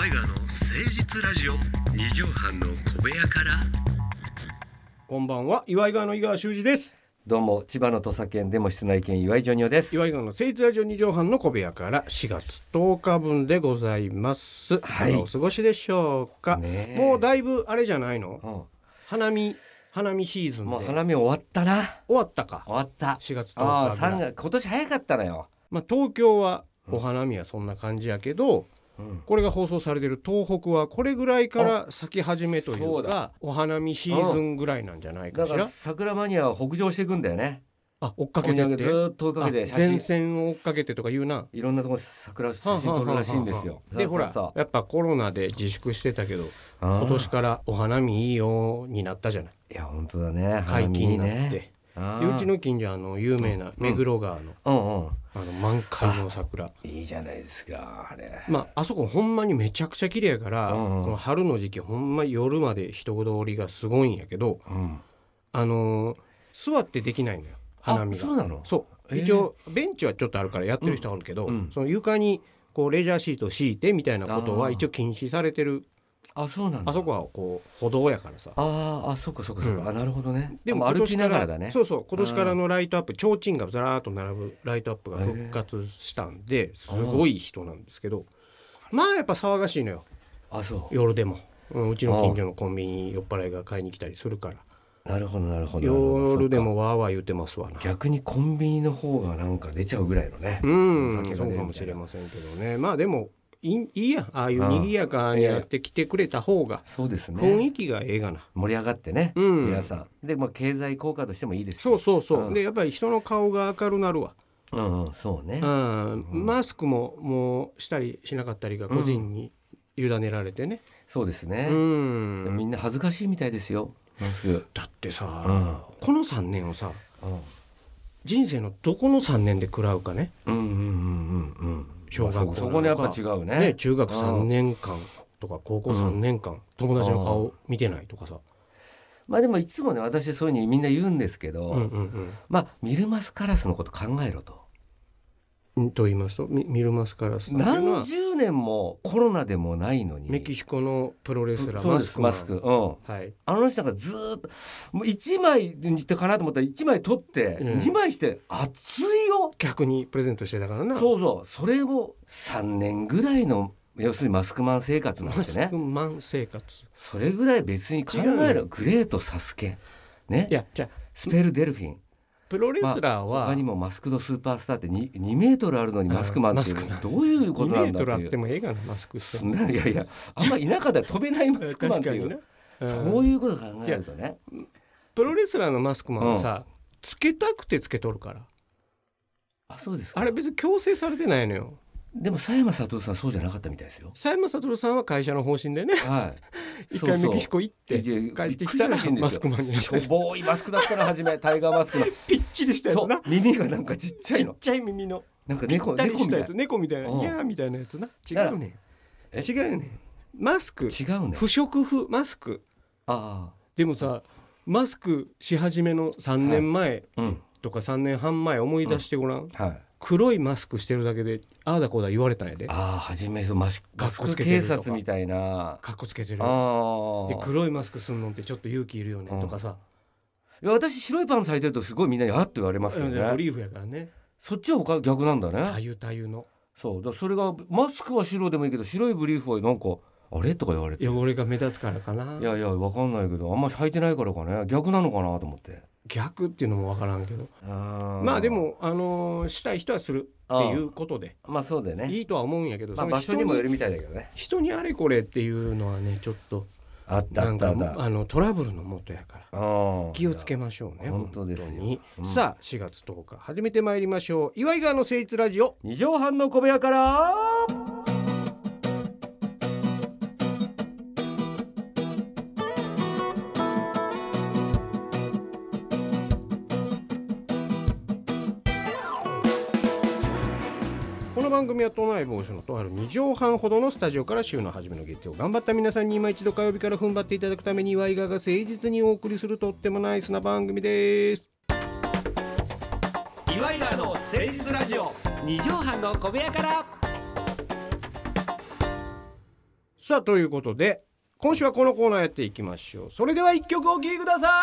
岩井川の誠実ラジオ。 二畳半の小部屋から。 こんばんは、岩井川の井川修司です。 どうも、千葉の土佐県でも室内犬岩井ジョニオです。 岩井川の誠実ラジオ2畳半の小部屋から4月10日分でございます。 はい、 いかがお過ごしでしょうか。もうだいぶあれじゃないの、花見シーズンで。 もう花見終わったな。 終わったか。 終わった。 4月10日ぐらい。 3月、今年早かったのよ。 東京はお花見はそんな感じやけど、これが放送されている東北はこれぐらいから咲き始めというか、お花見シーズンぐらいなんじゃないかしら。 だから桜マニアは北上していくんだよね。 追っかけてってずっと追いかけて前線を追っかけてとか言うな。 いろんなところ桜写真撮るらしいんですよ。 でほら、やっぱコロナで自粛してたけど、今年からお花見いいよになったじゃない。 いや本当だね、 解禁になって、 でうちの近所有名な目黒川の、満開の桜。 いいじゃないですかあれ。 あそこほんまにめちゃくちゃ綺麗やから、この春の時期ほんま夜まで人通りがすごいんやけど、座ってできないのよ花見が。 そうなの。 そう、一応ベンチはちょっとあるからやってる人があるけど、その床にこうレジャーシートを敷いてみたいなことは一応禁止されてる。 そうなんだ。 あそこはこう歩道やからさ。 そっか。なるほどね。 でも歩きながらだね。 そう今年からのライトアップ、提灯がずらーっと並ぶライトアップが復活したんで、すごい人なんですけど、やっぱ騒がしいのよ。夜でも、うちの近所のコンビニ酔っ払いが買いに来たりするから。 なるほど夜でもワーワー言ってますわな。 逆にコンビニの方がなんか出ちゃうぐらいのね。 そうかもしれませんけどね。でもいいや、ああいう賑やかにやってきてくれた方が、 そうですね、 雰囲気がええがな。 盛り上がってね、皆さんで、経済効果としてもいいです。 そう、でやっぱり人の顔が明るなるわ。 そうね、 マスクももうしたりしなかったりが個人に委ねられてね。 そうですね、みんな恥ずかしいみたいですよ。 だってさ、この3年をさ、人生のどこの3年で食らうかね。小学校そこにやっぱ違うね。 中学3年間とか高校3年間、友達の顔見てないとかさ。 でもいつもね、私そういうふうにみんな言うんですけど、ミルマスカラスのこと考えろと。 と言いますと、ミルマスカラスっていうのは何十年もコロナでもないのに、 メキシコのプロレスラーマスク、あの人がずっともう1枚にってかなと思ったら1枚取って2枚して熱いよ。 逆にプレゼントしてたからな。 それを3年ぐらいの、要するにマスクマン生活なんてね。 マスクマン生活、 それぐらい別に考える。グレートサスケね。 いやじゃスペルデルフィン、プロレスラーは、 他にもマスクドスーパースターって 2メートルあるのにマスクマンってどういうことなんだっていう。2メートルあってもええがな、マスクして。 いやあんま田舎では飛べないマスクマンっていう、そういうこと考えるとね。 プロレスラーのマスクマンはさ、つけたくてつけとるから。 そうですか。 あれ別に強制されてないのよ。 でも佐山悟さんそうじゃなかったみたいですよ。 佐山悟さんは会社の方針でね、一回メキシコ行って帰ってきたらマスクマンになって、 しょぼいマスクだったら初めタイガーマスクのぴっちりしたやつな。 耳がなんかちっちゃいの、 ちっちゃい耳のなんか猫みたいな、ニャーみたいなやつな。違うねマスク、不織布マスク。でもさ、マスクし始めの3年前とか3年半前思い出してごらん。黒いマスクしてるだけでああだこうだ言われたんやで。 初めマスク警察みたいなカッコつけてる。で黒いマスクすんのってちょっと勇気いるよねとかさ。 いや私白いパンツ履いてるとすごいみんなにって言われますけどね。 ブリーフやからね。 そっちは逆なんだね。 たゆの。 それがマスクは白でもいいけど白いブリーフはなんかあれとか言われて。 汚れが目立つからかな。 いや分かんないけどあんまり履いてないからかね。逆なのかなと思って。 逆っていうのも分からんけど、でもしたい人はするっていうことで、 そうでね、 いいとは思うんやけど、 場所にもよるみたいだけどね。 人にあれこれっていうのはね、ちょっとなんかトラブルのもとやから気をつけましょうね。 本当ですよ。 さあ4月10日始めてまいりましょう。岩井川の誠実ラジオ 2畳半の小部屋から。 この番組は都内某所のとある2畳半ほどのスタジオから週の初めの月曜頑張った皆さんに今一度火曜日から踏ん張っていただくために岩井川が誠実にお送りするとってもナイスな番組です。 岩井川の誠実ラジオ 2畳半の小部屋から。 さあということで今週はこのコーナーやっていきましょう。それでは一曲お聴きくださ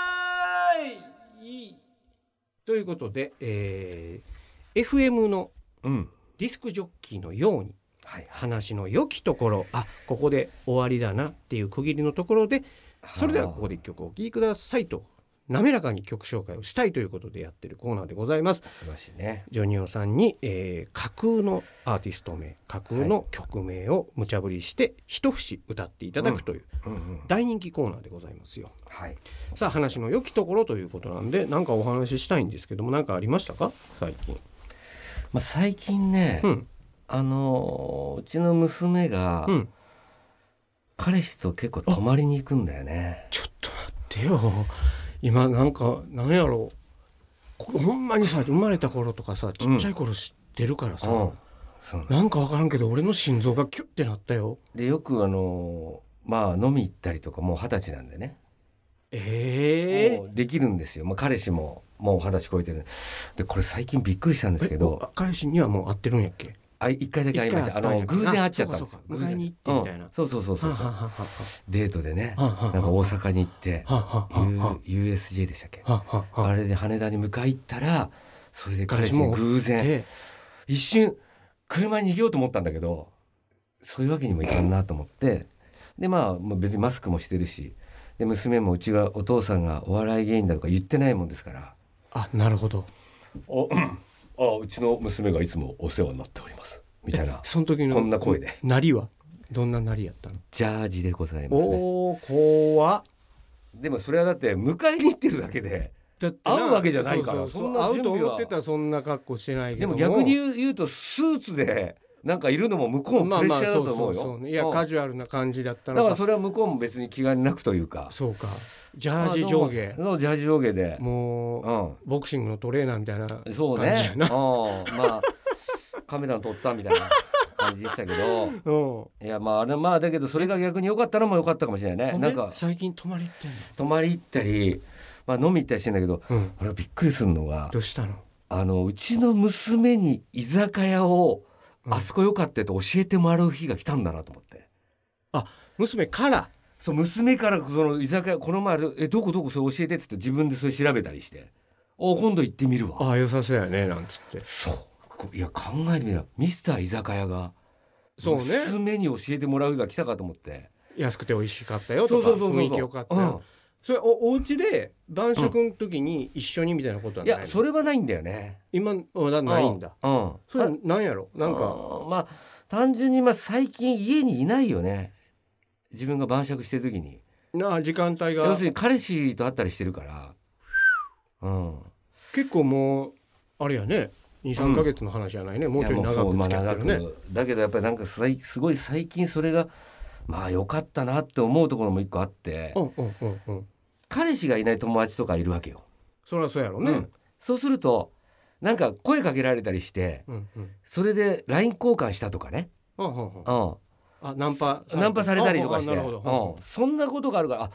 い。ということで、FM のディスクジョッキーのように、話の良きところ、ここで終わりだなっていう区切りのところで、それではここで一曲お聴きくださいと滑らかに曲紹介をしたいということでやってるコーナーでございます。 素晴らしいね。 ジョニオさんに、架空のアーティスト名、架空の曲名を無茶ぶりして一節歌っていただくという大人気コーナーでございますよ。さあ話の良きところということなんで、何かお話ししたいんですけども、何かありましたか最近。 最近ね、うちの娘が、彼氏と結構泊まりに行くんだよね。 ちょっと待ってよ、今なんやろう、ほんまにさ生まれた頃とかさちっちゃい頃知ってるからさ、なんか分からんけど俺の心臓がキュッてなったよ。 でよく飲み行ったりとか、もう20歳なんでね、もうできるんですよ。彼氏ももう20歳超えてる。でこれ最近びっくりしたんですけど、 彼氏にはもう会ってるんやっけ。 1回だけ会いました。偶然会っちゃったんですよ。 迎えに行ってみたいな。 そうデートでね、なんか大阪に行って、USJ でしたっけ、あれで羽田に迎え行ったら、それで彼氏に偶然一瞬車に逃げようと思ったんだけど、そういうわけにもいかんなと思って、で別にマスクもしてるし、で娘もうちがお父さんがお笑い芸人だとか言ってないもんですから、 なるほど、 うちの娘がいつもお世話になっておりますみたいな、 その時のこんな声で。 なりはどんななりやったの？ ジャージでございますね。 怖っ。 でもそれはだって迎えに行ってるだけで会うわけじゃないから、 そんな会うと思ってたらそんな格好してないけども。 でも逆に言うとスーツでなんかいるのも向こうもプレッシャーだと思うよ。 いやカジュアルな感じだったのか。 だからそれは向こうも別に気兼ねなくというか。 そうか、ジャージ上下、 ジャージ上下でもう、ボクシングのトレーナーみたいな感じやな。 そうね、カメラの撮ったみたいな感じでしたけどいやあれだけどそれが逆に良かったのも良かったかもしれないね。なんか最近泊まり行ってんの？ 泊まり行ったり、飲み行ったりしてんだけど、俺がびっくりするのが、 どうしたの？ うちの娘に居酒屋をあそこ良かったと教えてもらう日が来たんだなと思って。 娘から？ そう、娘からその居酒屋、この前どこそれ教えてって言って自分でそれ調べたりして、今度行ってみるわ。 良さそうやねなんつって。 そういや考えてみたらミスター居酒屋が娘に教えてもらう日が来たかと思って。 安くて美味しかったよとか、雰囲気良かったよ。それお家で晩酌の時に一緒にみたいなことはないの？ いやそれはないんだよね。 今はないんだ。それは何やろ、なんか単純に最近家にいないよね。自分が晩酌してる時に時間帯が要するに彼氏と会ったりしてるから、 結構もうあれやね、 2,3 ヶ月の話じゃないね、もうちょい長く付き合ってるね。 だけどやっぱりなんかすごい最近それが良かったなって思うところも一個あって、彼氏がいない友達とかいるわけよ。 そりゃそうやろね、 そうするとなんか声かけられたりして、それで LINE 交換したとかね、ナンパされたりとかして、そんなことがあるから、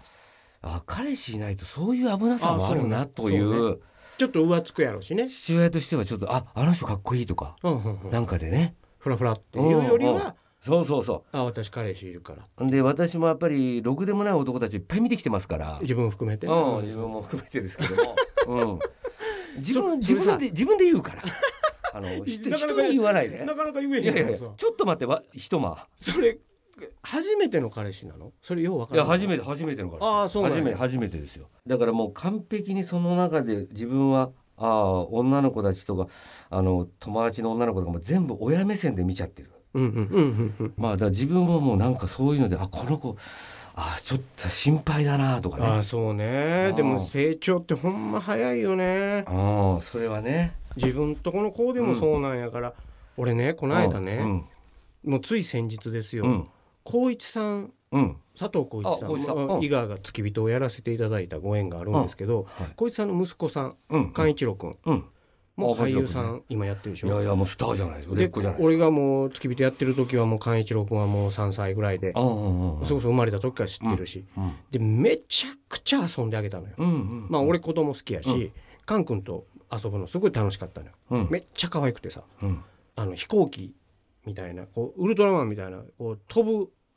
彼氏いないとそういう危なさもあるなという、 ちょっと浮つくやろしね、 父親としてはちょっとあの人かっこいいとか、なんかでね、 フラフラっていうよりは、 そう私彼氏いるからで、私もやっぱりろくでもない男たちいっぱい見てきてますから、 自分含めて、 自分も含めてですけども、自分で言うから人に言わないで。 なかなか言えへんからさ。 ちょっと待って一間。 それ初めての彼氏なの？それよう分からない。 いや初めての彼氏。そうなんや。初めてですよ。だからもう完璧にその中で自分は女の子たちとか友達の女の子とかも全部親目線で見ちゃってる。だから自分はもうなんかそういうのでこの子ちょっと心配だなとかね。 そうね。でも成長ってほんま早いよね。 それはね。 自分とこの子でもそうなんやから、俺ねこの間ね、もうつい先日ですよ、光一さん、佐藤浩一さん、井川が付き人をやらせていただいたご縁があるんですけど、光一さんの息子さん、寛一郎くん、もう俳優さん今やってるでしょ。 いやもうスターじゃないですか。で俺がもう付き人やってる時はもう寛一郎くんはもう3歳ぐらいで、そこそ生まれた時から知ってるし、でめちゃくちゃ遊んであげたのよ。俺子供好きやし、寛くんと遊ぶのすごい楽しかったのよ。めっちゃ可愛くてさ、飛行機みたいなウルトラマンみたいな飛ぶ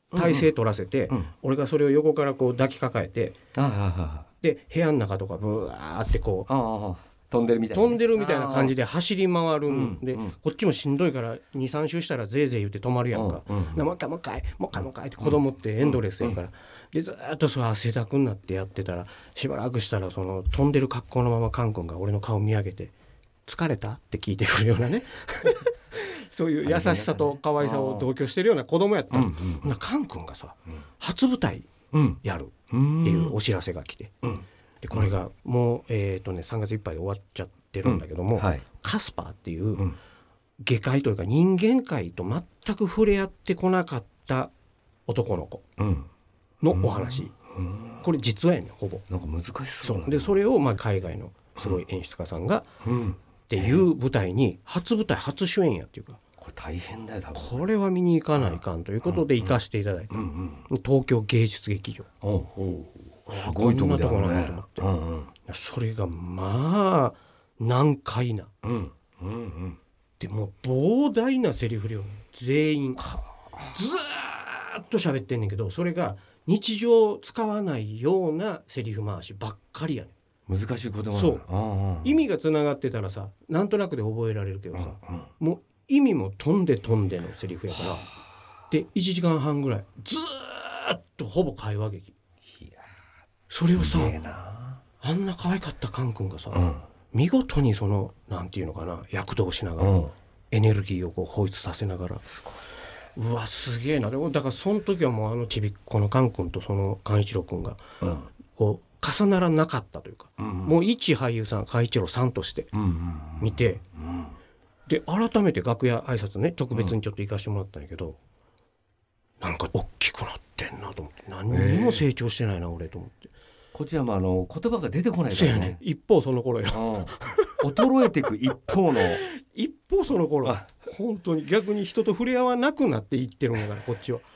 体勢取らせて、俺がそれを横からこう抱きかかえて、で部屋の中とかブワーってこう飛んでるみたいな感じで走り回るんで、こっちもしんどいから 2,3 周したらぜいぜい言って止まるやんか、もう一回って子供ってエンドレスやから、でずっとそう汗だくになってやってたら、しばらくしたらその飛んでる格好のままカン君が俺の顔見上げて疲れたって聞いてくるようなねそういう優しさと可愛さを同居してるような子供やったの。カン君がさ、初舞台やるっていうお知らせが来て、でこれがもう3月いっぱいで終わっちゃってるんだけども、カスパーっていう下界というか人間界と全く触れ合ってこなかった男の子のお話、これ実話やねん、ほぼ。 なんか難しそうでそれを海外のすごい演出家さんがっていう舞台に初舞台初主演やっていうか、 これ大変だよ多分。 これは見に行かないかんということで行かせていただいて、東京芸術劇場、 すごいとこだよね。 それがまあ難解な、でも膨大なセリフ量全員ずーっと喋ってんねんけど、それが日常使わないようなセリフ回しばっかりやねん。 難しい言葉。 そう、意味がつながってたらさ、なんとなくで覚えられるけどさ、もう意味も飛んでのセリフやから、で1時間半ぐらいずーっとほぼ会話劇。それをさ、あんな可愛かったカン君がさ、見事にそのなんていうのかな、躍動しながら、エネルギーをこう放出させながら、うわすげえな。でもだからその時はもうちびっこのカン君とその寛一郎君がこう重ならなかったというか、もう一俳優さん寛一郎さんとして見て、で改めて楽屋挨拶ね、特別にちょっと行かしてもらったんやけど、なんか大きくなってんなと思って、何にも成長してないな俺と思って。 こっちは言葉が出てこないからね。 一方その頃よ衰えていく一方その頃本当に逆に人と触れ合わなくなっていってるんだからこっちは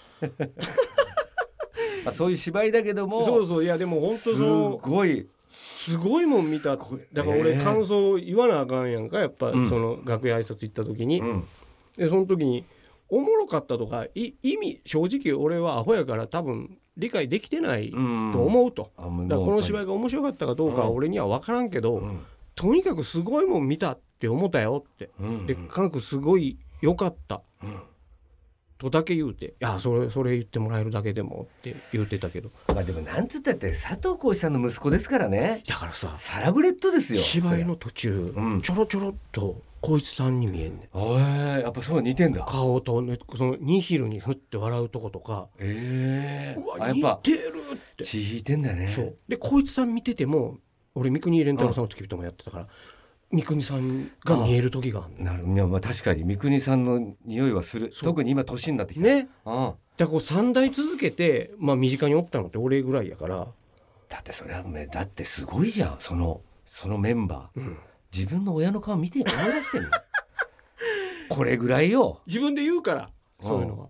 そういう芝居だけども、 そういやでも本当すごいもん見た。だから俺感想言わなあかんやんか、やっぱその楽屋挨拶行った時に、でその時におもろかったとか意味正直俺はアホやから多分理解できてないと思うと、だからこの芝居が面白かったかどうかは俺には分からんけど、とにかくすごいもん見たって思ったよって、でカン君すごい良かった、とだけ言うて、いやそれ言ってもらえるだけでもって言うてたけど、 でもなんつったって佐藤浩市さんの息子ですからね。 だからさサラブレッドですよ。 芝居の途中、ちょろちょろっと浩市さんに見えんねん。 やっぱそう似てんだ。 顔と、ね、そのニヒルにふって笑うとことか、うわ似てるって血引いてんだね。 そうで浩市さん見てても、俺三國連太郎さんの付き人もやってたから、三國さんが見える時がある。 なるほど。確かに三國さんの匂いはする。特に今年になってきたね。だからこう3代続けて、身近におったのって俺ぐらいやから。 だってそれはだってすごいじゃん、そのメンバー、自分の親の顔見て思い出してんのこれぐらいよ。 自分で言うからそういうのは。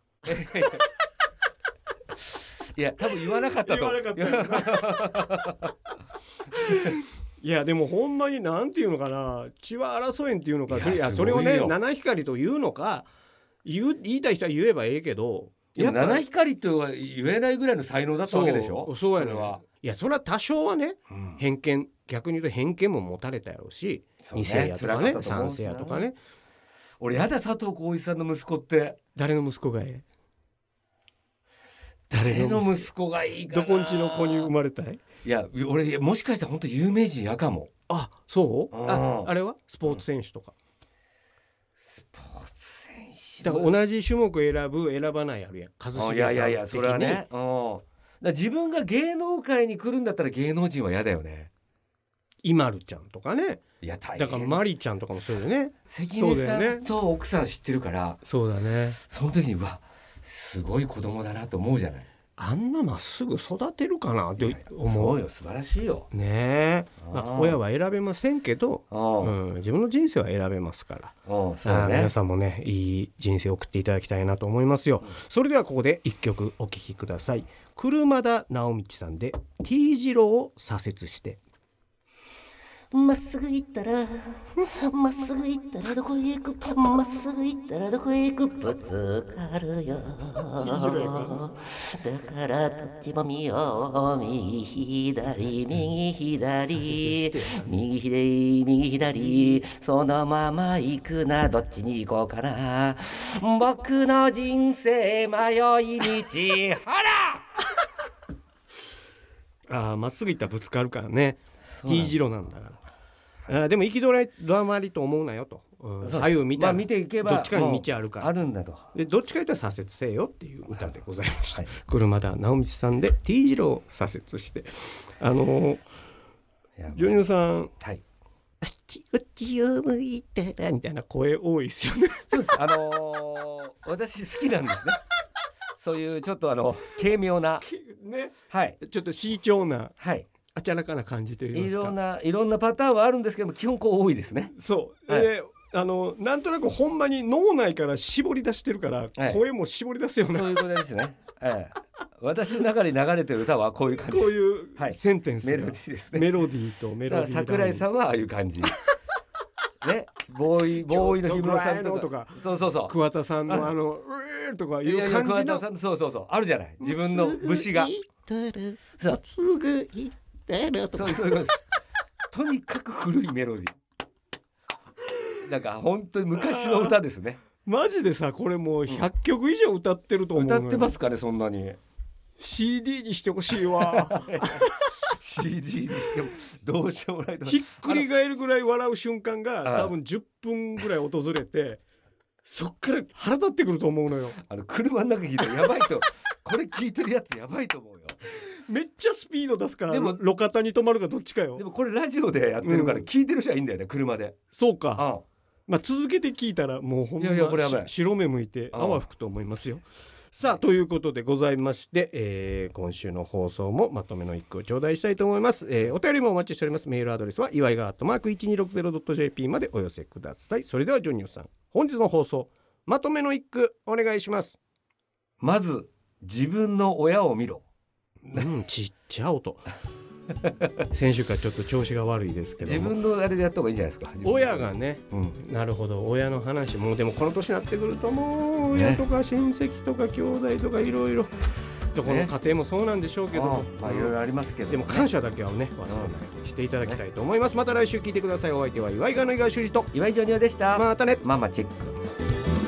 いや多分言わなかったと。 言わなかったいやでもほんまになんていうのかな、血は争えんっていうのか、それをね七光というのか言いたい人は言えばええけど、 でも七光とは言えないぐらいの才能だったわけでしょ。 そうやね。いやそれは多少はね、偏見、逆に言うと偏見も持たれたやろうし、2世やとかね3世やとかね。 俺やだ、佐藤浩市さんの息子って。 誰の息子がええ？ 誰の息子がいいかな。 どこんちの子に生まれたい？ いや俺もしかしたら本当有名人やかも。 あ、そう？あれはスポーツ選手とか。 スポーツ選手だから同じ種目選ばないあるやん。一茂さん的に。 いやそれはね。だ自分が芸能界に来るんだったら芸能人は嫌だよね。 IMALUちゃんとかね。 いや大変だからマリちゃんとかもそうだよね。 関根さんと奥さん知ってるから。 そうだね。 その時にすごい子供だなと思うじゃない。 あんなまっすぐ育てるかなって思う。 そうよ、素晴らしいよね。親は選べませんけど、自分の人生は選べますから、皆さんもねいい人生を送っていただきたいなと思いますよ。それではここで一曲お聴きください。車田直道さんで T 字路を左折して。 まっすぐ行ったらまっすぐ行ったらどこへ行くまっすぐ行ったらどこへ行くぶつかるよだからどっちも見よう右左右左右左右左そのまま行くなどっちに行こうかな僕の人生迷い道ほらまっすぐ行ったらぶつかるからね T 字路なんだからでも行き止まりと思うなよと、左右見たら、 見ていけばどっちかに道あるからあるんだとでどっちか言ったら左折せよっていう歌でございました、車田直道さんで T 字路を左折してジョニオさん、あっちを向いたらみたいな声多いですよね。 そうです私好きなんですねそういうちょっと軽妙なね、 はいちょっと慎重な、 はい、 あちゃらかな感じといいますかいろんなパターンはあるんですけども基本こう多いですね。 そう、でなんとなくほんまに脳内から絞り出してるから、声も絞り出すようなそういうことですね、私の中に流れてる歌はこういう感じこういうセンテンスが、 メロディーですね。 メロディーとメロディー桜井さんはああいう感じね、ボーイの氷室さんとかそう桑田さんのうーとかいう感じのそうあるじゃない自分の節がすぐ行ったらとかそうとにかく古いメロディーなんか本当に昔の歌ですね。 マジでさこれもう100曲以上歌ってると思うのよ。 歌ってますかねそんなに。 CD にしてほしいわ CD にしてもどうしようもないとひっくり返るぐらい笑う瞬間が多分10分ぐらい訪れてそっから腹立ってくると思うのよ。 車の中聞いてやばいとこれ聞いてるやつやばいと思うよ。 めっちゃスピード出すか路肩に止まるかどっちかよ。 でもこれラジオでやってるから聞いてる人はいいんだよね、車で。 そうか、続けて聞いたらもうほんま白目向いて泡吹くと思いますよ。さあということでございまして、今週の放送もまとめの一句を頂戴したいと思います。お便りもお待ちしております。メールアドレスは祝いが@1260.jp までお寄せください。それではジョニオさん本日の放送まとめの一句お願いします。 まず自分の親を見ろ。 ちっちゃ音先週からちょっと調子が悪いですけど自分のあれでやった方がいいんじゃないですか。 親がね、なるほど親の話もでもこの年になってくるともう親とか親戚とか兄弟とかいろいろどこの家庭もそうなんでしょうけども、 いろいろありますけど、 でも感謝だけはね忘れないようにしていただきたいと思います。また来週聞いてください。お相手は岩井川の井川修司と岩井ジョニオでした。 またね。 ママチェック。